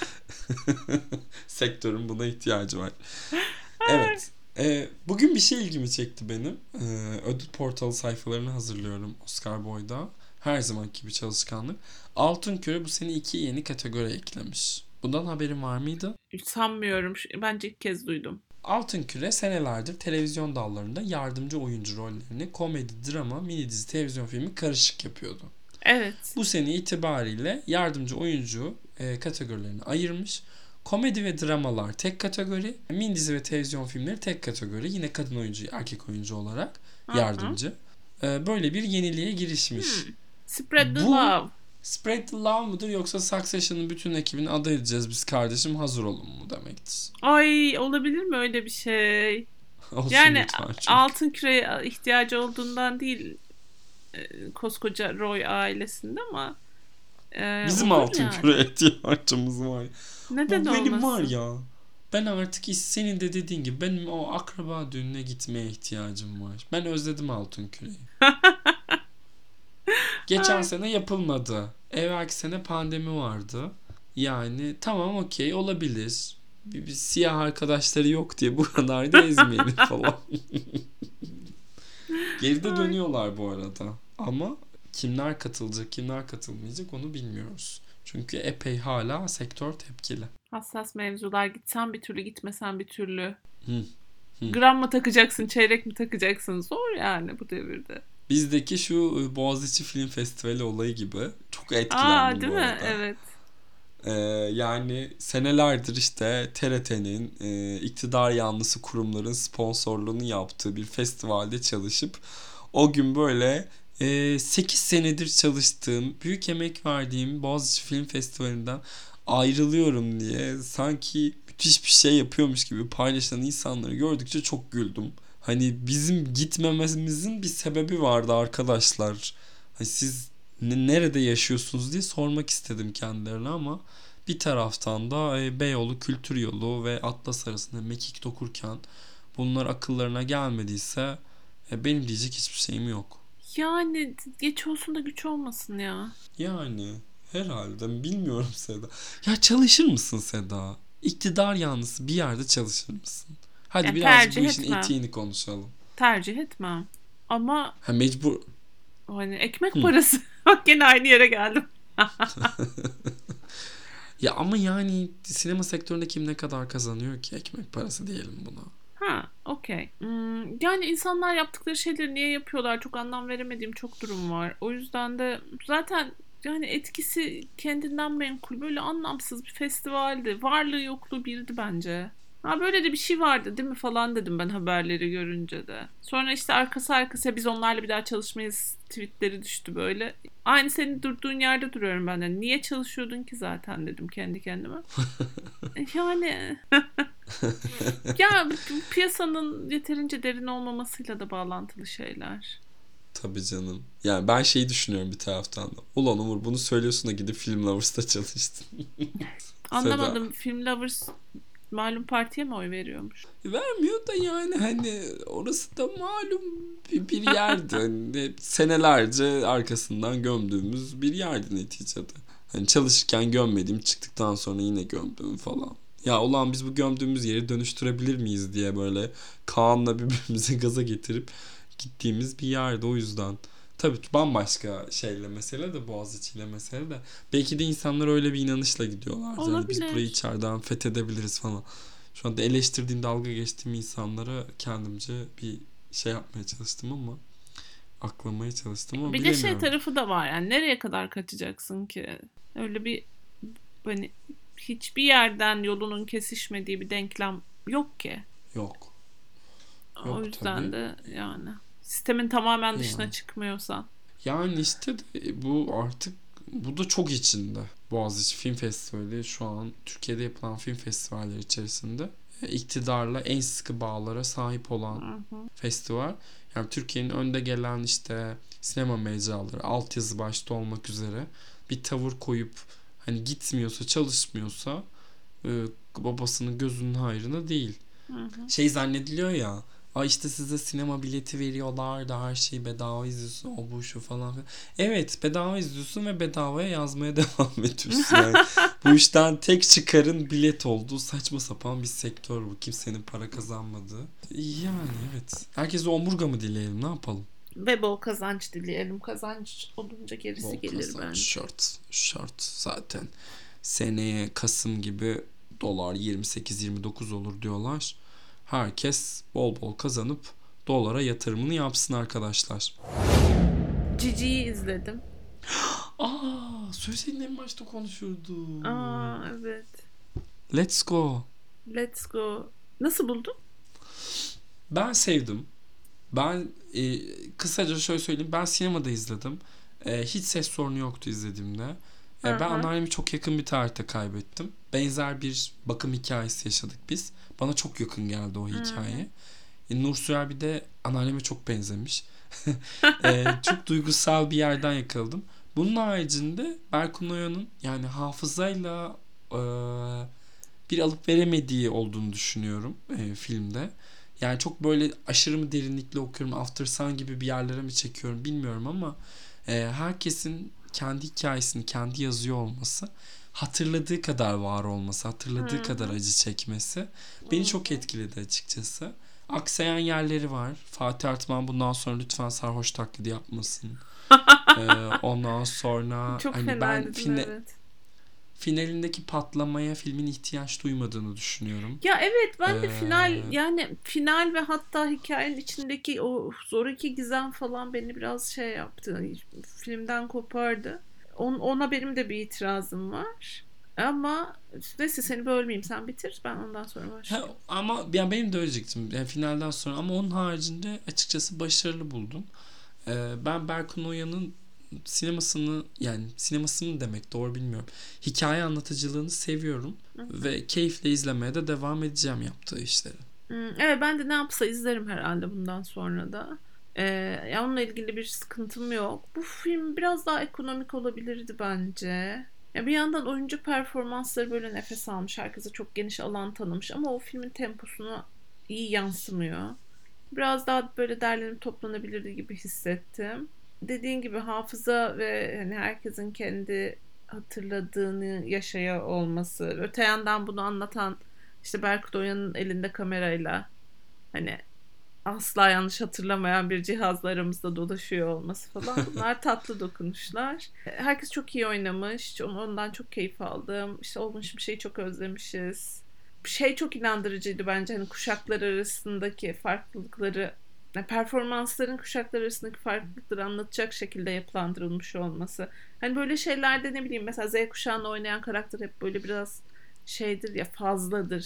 Sektörün buna ihtiyacı var. Evet. E, bugün bir şey ilgimi çekti benim. E, ödül portalı sayfalarını hazırlıyorum Oscar Boy'da. Her zamanki gibi çalışkanlık. Altın Küre bu sene iki yeni kategori eklemiş. Bundan haberin var mıydı? Sanmıyorum. Bence ilk kez duydum. Altın Küre senelerdir televizyon dallarında yardımcı oyuncu rollerini komedi, drama, mini dizi, televizyon filmi karışık yapıyordu. Evet. Bu sene itibariyle yardımcı oyuncu e, kategorilerini ayırmış. Komedi ve dramalar tek kategori, mini dizi ve televizyon filmleri tek kategori. Yine kadın oyuncu, erkek oyuncu olarak yardımcı. E, böyle bir yeniliğe girişmiş. Hmm. Spread the Bu love. Spread the love mıdır yoksa Succession'ın bütün ekibini aday edeceğiz biz kardeşim hazır olun mu demektir. Ay, olabilir mi öyle bir şey? Olsun Yani lütfen çünkü. altın küreye ihtiyacı olduğundan değil e, koskoca Roy ailesinde ama e, Bizim olur altın yani. küreye ihtiyacımız var. Neden Bu benim olmasın? var ya. Ben artık senin de dediğin gibi benim o akraba düğününe gitmeye ihtiyacım var. Ben özledim altın küreyi. Geçen Ay. sene yapılmadı. Evvelki sene pandemi vardı. Yani tamam okey olabilir. Bir, bir siyah arkadaşları yok diye bu kadar da ezmeyelim falan. Geride Ay. dönüyorlar bu arada. Ama kimler katılacak kimler katılmayacak onu bilmiyoruz. Çünkü epey hala sektör tepkili. Hassas mevzular, gitsen bir türlü gitmesen bir türlü. Hı. Hı. Gram mı takacaksın, çeyrek mi takacaksın? Zor yani bu devirde. Bizdeki şu Boğaziçi Film Festivali olayı gibi çok Aa, etkilendim değil bu mi? arada. Evet. Ee, yani senelerdir işte T R T'nin e, iktidar yanlısı kurumların sponsorluğunu yaptığı bir festivalde çalışıp o gün böyle e, sekiz senedir çalıştığım, büyük emek verdiğim Boğaziçi Film Festivali'nden ayrılıyorum diye sanki müthiş bir şey yapıyormuş gibi paylaşan insanları gördükçe çok güldüm. Hani bizim gitmememizin bir sebebi vardı arkadaşlar. Hani siz ne, nerede yaşıyorsunuz diye sormak istedim kendilerine ama bir taraftan da e, Beyoğlu Kültür Yolu ve Atlas arasında mekik dokurken bunlar akıllarına gelmediyse e, benim diyecek hiçbir şeyim yok. Yani geç olsun da güç olmasın ya. Yani herhalde bilmiyorum Seda. Ya çalışır mısın Seda? İktidar yanlısı bir yerde çalışır mısın? Hadi Yani birazcık bu tercih işin etmem. etiğini konuşalım. Tercih etmem. Ama Ha mecbur. hani ekmek Hı. parası. Bak gene aynı yere geldim. Ya ama yani sinema sektöründe kim ne kadar kazanıyor ki ekmek parası diyelim buna. Ha, okey. Hmm, yani insanlar yaptıkları şeyleri niye yapıyorlar? Çok anlam veremediğim çok durum var. O yüzden de zaten yani etkisi kendinden menkul. Böyle anlamsız bir festivaldi. Varlığı yokluğu birdi bence. Ha böyle de bir şey vardı değil mi falan dedim ben haberleri görünce de. Sonra işte arkası arkasına biz onlarla bir daha çalışmayız tweetleri düştü böyle. Aynı senin durduğun yerde duruyorum ben de. Niye çalışıyordun ki zaten dedim kendi kendime. Yani ya piyasanın yeterince derin olmamasıyla da bağlantılı şeyler. Tabii canım. Yani ben şeyi düşünüyorum bir taraftan da. Ulan Umur bunu söylüyorsun da gidip Film Lovers'ta çalıştın. Seda. Anlamadım. Film Lovers malum partiye mi oy veriyormuş? Vermiyor da yani hani orası da malum bir, bir yerdi. Hani senelerce arkasından gömdüğümüz bir yerdi neticede. Hani çalışırken gömmediğim, çıktıktan sonra yine gömdüğüm falan. Ya ulan biz bu gömdüğümüz yeri dönüştürebilir miyiz diye böyle Kaan'la birbirimize gaza getirip gittiğimiz bir yerdi o yüzden. Tabii ki bambaşka şeyle mesele de Boğaziçi'yle mesele de. Belki de insanlar öyle bir inanışla gidiyorlar. Yani biz burayı Olabilir. içeriden fethedebiliriz falan. Şu anda eleştirdiğim, dalga geçtiğim insanlara kendimce bir şey yapmaya çalıştım ama aklamaya çalıştım ama Bir de şey bilemiyorum. tarafı da var yani nereye kadar kaçacaksın ki? Öyle bir hani hiçbir yerden yolunun kesişmediği bir denklem yok ki. Yok. O Yok yüzden tabii. de yani sistemin tamamen dışına Yani. çıkmıyorsan. Yani işte de bu artık bu da çok içinde. Boğaziçi Film Festivali şu an Türkiye'de yapılan film festivalleri içerisinde e, iktidarla en sıkı bağlara sahip olan Hı hı. festival. Yani Türkiye'nin önde gelen işte sinema mecraları, altyazı başta olmak üzere bir tavır koyup hani gitmiyorsa, çalışmıyorsa e, babasının gözünün hayrına değil. Hı hı. Şey zannediliyor ya. Ay işte size sinema bileti veriyorlar da her şeyi bedava izliyorsun o bu şu falan filan. Evet bedava izliyorsun ve bedavaya yazmaya devam ediyorsun. Yani bu işten tek çıkarın bilet olduğu saçma sapan bir sektör bu. Kimsenin para kazanmadığı. Yani evet. Herkese omurga mı dileyelim ne yapalım? Ve bol kazanç dileyelim. Kazanç olunca gerisi Bol gelir kazanç bence. şart. Şart zaten. Seneye Kasım gibi dolar yirmi sekiz yirmi dokuz olur diyorlar. Herkes bol bol kazanıp dolara yatırımını yapsın arkadaşlar. Cici'yi izledim. Aa, söyleseydin en başta konuşurduk. Aa evet. Let's go. Let's go. Nasıl buldun? Ben sevdim. Ben e, kısaca şöyle söyleyeyim. Ben sinemada izledim. E, hiç ses sorunu yoktu izlediğimde. Hı E, ben hı. anneannemi çok yakın bir tarihte kaybettim. Benzer bir bakım hikayesi yaşadık biz. Bana çok yakın geldi o Hı hı. hikaye. E, Nur Sürer bir de anneanneme çok benzemiş. e, çok duygusal bir yerden yakaladım. Bunun haricinde Berkun Oya'nın yani hafızayla e, bir alıp veremediği olduğunu düşünüyorum e, filmde. Yani çok böyle aşırı mı derinlikli okuyorum, After Sun gibi bir yerlere mi çekiyorum bilmiyorum ama e, herkesin kendi hikayesini kendi yazıyor olması, hatırladığı kadar var olması, Hı hatırladığı kadar hı. acı çekmesi beni Hı çok hı. etkiledi açıkçası. Aksayan yerleri var. Fatih Artman bundan sonra lütfen sarhoş taklidi yapmasın. Ee, ondan sonra Çok hani ben fenaydı değil mi? fine, Evet. finalindeki patlamaya filmin ihtiyaç duymadığını düşünüyorum. Ya evet ben de final Ee, yani final ve hatta hikayenin içindeki o zoraki gizem falan beni biraz şey yaptı. Filmden kopardı. On, ona benim de bir itirazım var. Ama neyse seni bölmeyeyim sen bitir ben ondan sonra ha, başlayayım. ama yani benim de öyle diyecektim yani finalden sonra ama onun haricinde açıkçası başarılı buldum. Ee, ben Berkun Oya'nın sinemasını yani sinemasını demek doğru bilmiyorum. Hikaye anlatıcılığını seviyorum Hı hı. ve keyifle izlemeye de devam edeceğim yaptığı işleri. Hmm, evet ben de ne yapsa izlerim herhalde bundan sonra da. Ee, ya onunla ilgili bir sıkıntım yok. Bu film biraz daha ekonomik olabilirdi bence. Ya bir yandan oyuncu performansları böyle nefes almış. Herkese çok geniş alan tanımış ama o filmin temposunu iyi yansımıyor. Biraz daha böyle derlenip toplanabilirdi gibi hissettim. Dediğin gibi hafıza ve hani herkesin kendi hatırladığını yaşaya olması. Öte yandan bunu anlatan işte Berkut Oya'nın elinde kamerayla hani asla yanlış hatırlamayan bir cihazla aramızda dolaşıyor olması falan. Bunlar tatlı dokunuşlar. Herkes çok iyi oynamış. Ondan çok keyif aldım. İşte olmuş bir şeyi çok özlemişiz. Şey çok inandırıcıydı bence hani kuşaklar arasındaki farklılıkları yani performansların kuşaklar arasındaki farklılıkları anlatacak şekilde yapılandırılmış olması. Hani böyle şeylerde ne bileyim mesela Z kuşağında oynayan karakter hep böyle biraz şeydir ya fazladır.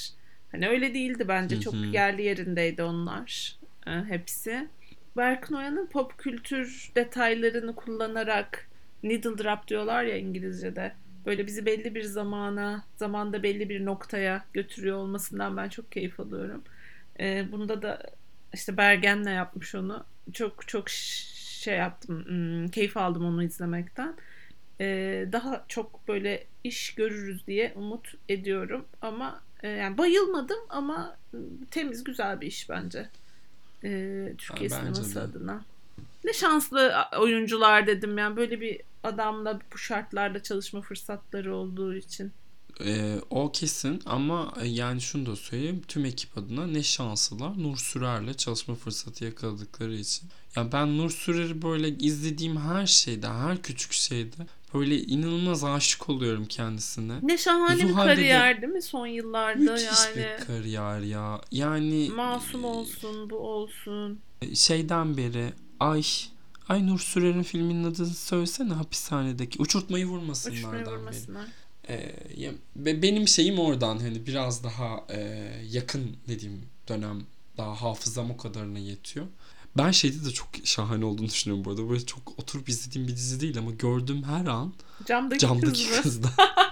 Hani öyle değildi bence. Hı Çok hı. yerli yerindeydi onlar. e, hepsi. Berkın Oya'nın pop kültür detaylarını kullanarak needle drop diyorlar ya İngilizce'de. Böyle bizi belli bir zamana, zamanda belli bir noktaya götürüyor olmasından ben çok keyif alıyorum. E, bunda da işte Bergen'le yapmış onu. Çok çok şey yaptım, hmm, keyif aldım onu izlemekten. Ee, daha çok böyle iş görürüz diye umut ediyorum ama e, yani bayılmadım ama e, temiz güzel bir iş bence e, Türkiye Ha, bence sineması de. adına. Ne şanslı oyuncular dedim yani böyle bir adamla bu şartlarda çalışma fırsatları olduğu için. Ee, o kesin ama e, yani şunu da söyleyeyim, tüm ekip adına ne şanslılar Nur Sürer'le çalışma fırsatı yakaladıkları için. Ya ben Nur Sürer'i böyle izlediğim her şeyde, her küçük şeyde böyle inanılmaz aşık oluyorum kendisine. Ne şahane bir Zuhal'de de kariyer değil mi son yıllarda müthiş bir yani. kariyer ya. Yani Masum olsun bu olsun. e, şeyden beri ay ay Nur Sürer'in filminin adını söylesene, hapishanedeki uçurtmayı Uçmayı vurmasınlardan beri. vurmasınlar. Ee, ya, be- benim şeyim oradan, hani biraz daha e, yakın dediğim dönem, daha hafızam o kadarına yetiyor. Ben şeyde de çok şahane olduğunu düşünüyorum bu arada. Böyle çok oturup izlediğim bir dizi değil ama gördüğüm her an Camdaki kız camdaki mı? kızda.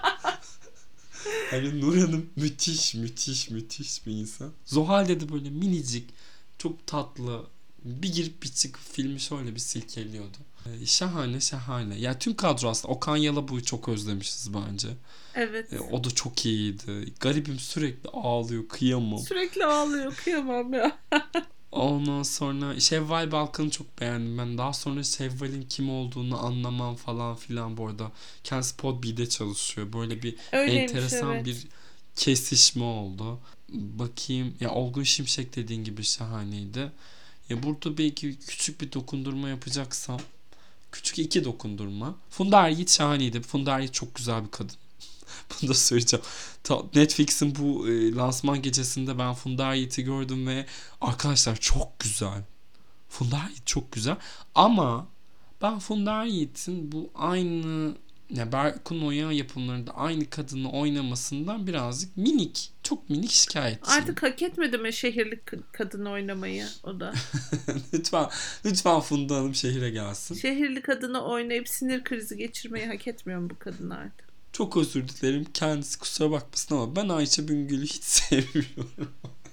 Hani Nur Hanım müthiş müthiş müthiş bir insan. Zuhal de böyle minicik, çok tatlı, bir girip bir çıkıp filmi şöyle bir silkeliyordu. Ee, şahane şahane. Ya tüm kadro aslında. Okan Yalabu'yu çok özlemişiz bence. E, Evet. o da çok iyiydi. Garibim sürekli ağlıyor. Kıyamam. Sürekli ağlıyor. Kıyamam ya. Ondan sonra Şevval Balkan'ı çok beğendim ben. Daha sonra Şevval'in kim olduğunu anlamam falan filan bu arada. Kendisi Podbee'de çalışıyor. Böyle bir Öyleymiş enteresan evet. bir kesişme oldu. Bakayım. Ya Olgun Şimşek dediğin gibi şahaneydi. Ya burada belki küçük bir dokundurma yapacaksam, küçük iki dokundurma. Funda Eryiğit şahaneydi. Funda Eryiğit çok güzel bir kadın. Bunu da söyleyeceğim. Ta- Netflix'in bu e, lansman gecesinde ben Funda Yiğit'i gördüm ve arkadaşlar çok güzel. Funda Yiğit çok güzel. Ama ben Funda Yiğit'in bu aynı, ya Berkun Oya yapımlarında aynı kadını oynamasından birazcık minik, çok minik şikayetçiyim. Artık hak etmedi mi şehirli k- kadını oynamayı o da? lütfen, lütfen Funda Hanım şehire gelsin. Şehirli kadını oynayıp sinir krizi geçirmeyi hak etmiyor mu bu kadın artık? Çok özür dilerim. Kendisi kusura bakmasın ama ben Ayça Bingöl'ü hiç sevmiyorum.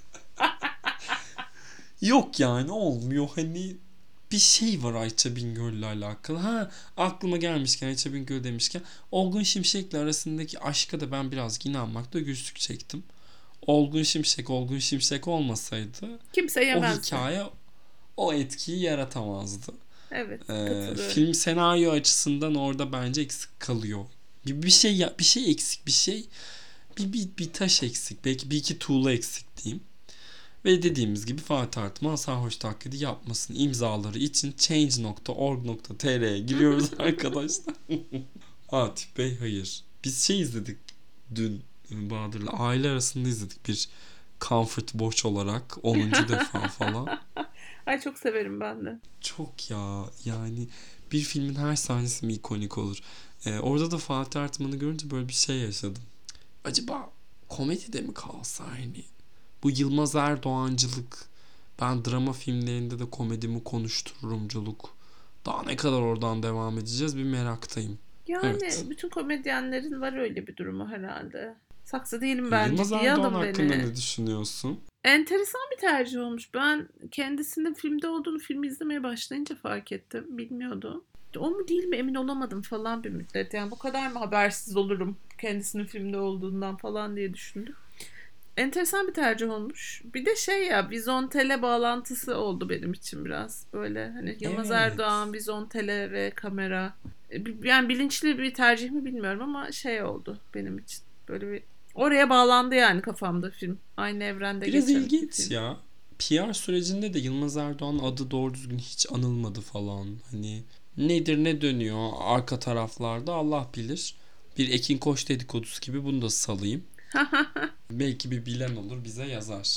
Yok yani olmuyor, hani bir şey var Ayça Bingöl'le alakalı. Ha, aklıma gelmişken, Ayça Bingöl demişken, Olgun Şimşek'le arasındaki aşka da ben biraz inanmakta güçlük çektim. Olgun Şimşek Olgun Şimşek olmasaydı Kimse o yemezdi. hikaye o etkiyi yaratamazdı. Evet, Ee, katılıyorum. film senaryo açısından orada bence eksik kalıyor. Bir, bir şey ya- bir şey eksik, bir şey bir, bir, bir taş eksik. Belki bir iki tuğla eksik diyeyim. Ve dediğimiz gibi Fatih Artman sarhoş taklidi yapmasın. İmzaları için change nokta org nokta tr'ye giriyoruz arkadaşlar. Fatih Bey hayır. Biz şey izledik dün Bahadır'la. Aile arasında izledik bir comfort watch olarak. onuncu defa falan. Ay çok severim ben de. Çok ya, yani bir filmin her sahnesi mi ikonik olur. Ee, orada da Fatih Artman'ı görünce böyle bir şey yaşadım. Acaba komedide mi kalsa, hani bu Yılmaz Erdoğancılık, ben drama filmlerinde de komedimi konuştururumculuk, daha ne kadar oradan devam edeceğiz bir meraktayım. Evet. Yani bütün komedyenlerin var öyle bir durumu herhalde. Saksı değilim E, ben Yılmaz ciddiye Erdoğan alın hakkında beni. ne düşünüyorsun? Enteresan bir tercih olmuş. Ben kendisinin filmde olduğunu filmi izlemeye başlayınca fark ettim. Bilmiyordum. O mu değil mi emin olamadım falan bir müddet. Yani bu kadar mı habersiz olurum kendisinin filmde olduğundan falan diye düşündüm. Enteresan bir tercih olmuş. Bir de şey ya Vizontele bağlantısı oldu benim için biraz. Böyle hani Yılmaz Evet. Erdoğan, Vizontele ve kamera. E, bi- Yani bilinçli bir tercih mi bilmiyorum ama şey oldu benim için. Böyle bir oraya bağlandı yani kafamda film. Aynı evrende Biraz geçen iki ilginç film. ya. P R sürecinde de Yılmaz Erdoğan adı doğru düzgün hiç anılmadı falan. Hani nedir ne dönüyor arka taraflarda Allah bilir. Bir Ekin Koç dedikodusu gibi bunu da salayım. Belki bir bilen olur bize yazar.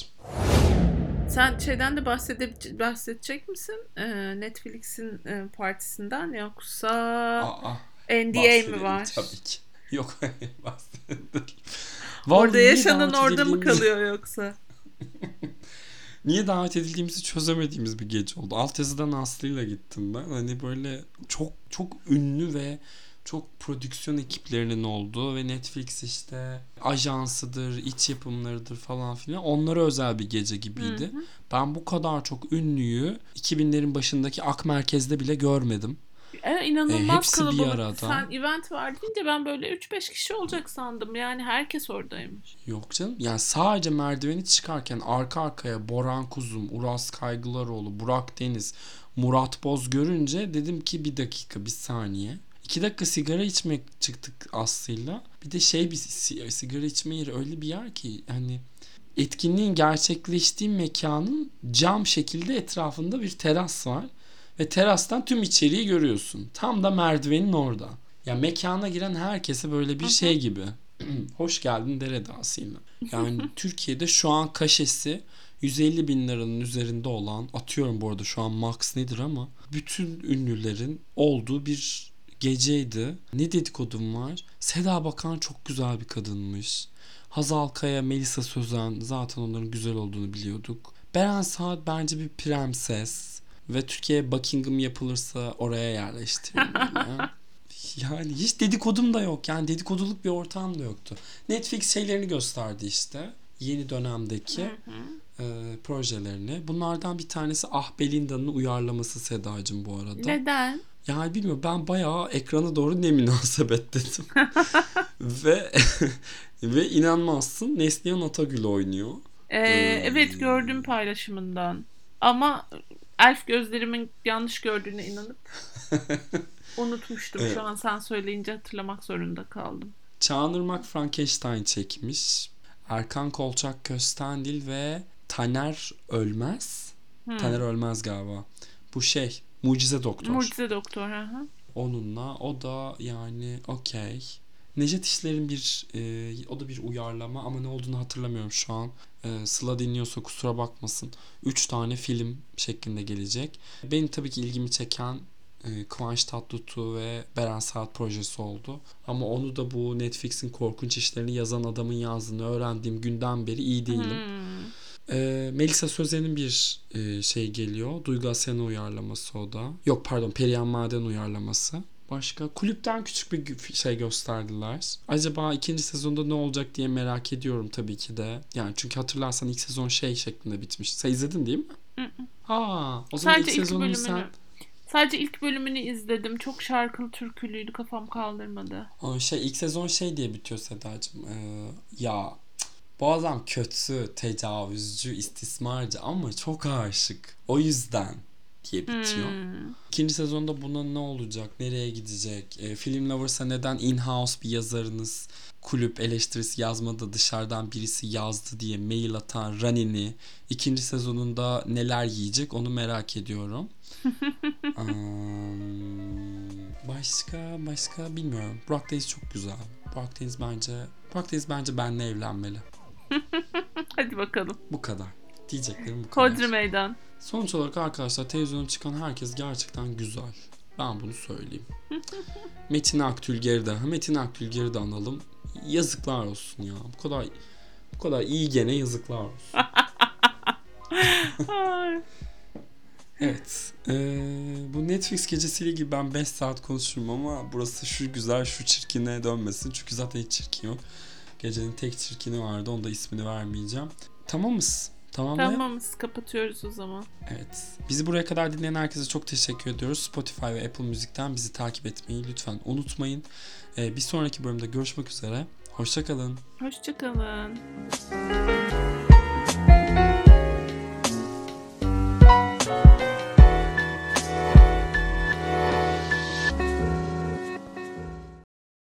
Sen şeyden de bahsedip bahsedecek misin? Ee, Netflix'in e, partisinden yoksa Aa, N D A mi bahsedelim var? tabii ki. Yok, bahsedelim. Vallahi Orada niye yaşanan davet orada mı edildiğimizi- kalıyor yoksa? Niye davet edildiğimizi çözemediğimiz bir gece oldu. Altyazı'dan Aslı'yla gittim ben. Hani böyle çok çok ünlü ve çok prodüksiyon ekiplerinin olduğu ve Netflix işte ajansıdır, iç yapımlarıdır falan filan. Onlara özel bir gece gibiydi. Hı hı. Ben bu kadar çok ünlüyü iki binlerin başındaki Ak Merkez'de bile görmedim. Evet, E, inanılmaz hepsi bir kalabalık. arada. Sen event var deyince ben böyle üç beş kişi olacak sandım. Yani herkes oradaymış. Yok canım. Yani sadece merdiveni çıkarken arka arkaya Boran Kuzum, Uras Kaygılaroğlu, Burak Deniz, Murat Boz görünce dedim ki bir dakika, bir saniye. İki dakika sigara içmek çıktık Aslı'yla. Bir de şey, bir si- sigara içme yeri öyle bir yer ki hani etkinliğin gerçekleştiği mekanın cam şekilde etrafında bir teras var. Ve terastan tüm içeriği görüyorsun. Tam da merdivenin orada. Ya mekana giren herkese böyle bir şey gibi. Hoş geldin der edasıyla. Yani Türkiye'de şu an kaşesi yüz elli bin liranın üzerinde olan, atıyorum bu arada şu an max nedir ama, bütün ünlülerin olduğu bir geceydi. Ne dedikodum var? Seda Bakan çok güzel bir kadınmış. Hazal Kaya, Melisa Sözen, zaten onların güzel olduğunu biliyorduk. Beren Saat bence bir prenses. Ve Türkiye Buckingham yapılırsa oraya yerleştirilmeli. Yani hiç dedikodum da yok. Yani dedikoduluk bir ortam da yoktu. Netflix şeylerini gösterdi işte. Yeni dönemdeki e, projelerini. Bunlardan bir tanesi Ah Belinda'nın uyarlaması Sedacığım bu arada. Neden? Yani bilmiyorum, ben bayağı ekrana doğru ne münasebet dedim. ve ve inanmazsın, Neslihan Atagül oynuyor. Ee, Ee, evet, gördüm paylaşımından. Ama elf gözlerimin yanlış gördüğüne inanıp unutmuştum. Evet. Şu an sen söyleyince hatırlamak zorunda kaldım. Çağınırmak Frankenstein çekmiş. Erkan Kolçak Köstendil ve Taner Ölmez. Hmm. Taner Ölmez galiba. Bu şey, Mucize Doktor. Mucize Doktor. Hı hı. Onunla, o da yani okey. Necdet İşler'in bir e, o da bir uyarlama ama ne olduğunu hatırlamıyorum şu an. E, Sıla dinliyorsa kusura bakmasın. Üç tane film şeklinde gelecek. Benim tabii ki ilgimi çeken e, Kıvanç Tatlıtuğ ve Beren Saat projesi oldu. Ama onu da bu Netflix'in korkunç işlerini yazan adamın yazdığını öğrendiğim günden beri iyi değilim. Hmm. E, Melisa Sözen'in bir e, şey geliyor. Duygu Asena uyarlaması o da. Yok pardon, Perihan Maden uyarlaması. Başka kulüpten küçük bir gü- şey gösterdiler. Acaba ikinci sezonda ne olacak diye merak ediyorum tabii ki de. Yani çünkü hatırlarsan ilk sezon şey şeklinde bitmiş. Sen izledin değil mi? Hı-hı. Ha, o zaman Sadece ilk ilk sezonunu bölümünü. sen... Sadece ilk bölümünü izledim. Çok şarkılı türkülüydü. Kafam kaldırmadı. O şey, ilk sezon şey diye bitiyor Sedacığım. Ee, ya cık, bu adam kötü, tecavüzcü, istismarcı ama çok aşık. O yüzden diye bitiyor. Hmm. İkinci sezonda buna ne olacak? Nereye gidecek? E, Film Lovers'a neden in-house bir yazarınız kulüp eleştirisi yazmadı, dışarıdan birisi yazdı diye mail atan Ranini ikinci sezonunda neler yiyecek onu merak ediyorum. um, başka başka bilmiyorum. Burak Deniz çok güzel. Burak Deniz bence Burak Deniz bence benimle evlenmeli. Hadi bakalım. Bu kadar. Diyeceklerim bu kadar. Hodri meydan. Sonuç olarak arkadaşlar, televizyona çıkan herkes gerçekten güzel. Ben bunu söyleyeyim. Metin Akgülger'i de, Metin Akgülger'i de analım. Yazıklar olsun ya. Bu kadar bu kadar iyi, gene yazıklar olsun. Ay. Evet. Ee, bu Netflix gecesiyle ilgili ben beş saat konuşurum ama burası şu güzel şu çirkine dönmesin. Çünkü zaten hiç çirkin yok. Gecenin tek çirkini vardı. Onu da ismini vermeyeceğim. Tamamız. Tamam mı? Tamamız, kapatıyoruz o zaman. Evet. Bizi buraya kadar dinleyen herkese çok teşekkür ediyoruz. Spotify ve Apple Müzik'ten bizi takip etmeyi lütfen unutmayın. Ee, bir sonraki bölümde görüşmek üzere. Hoşça kalın. Hoşçakalın.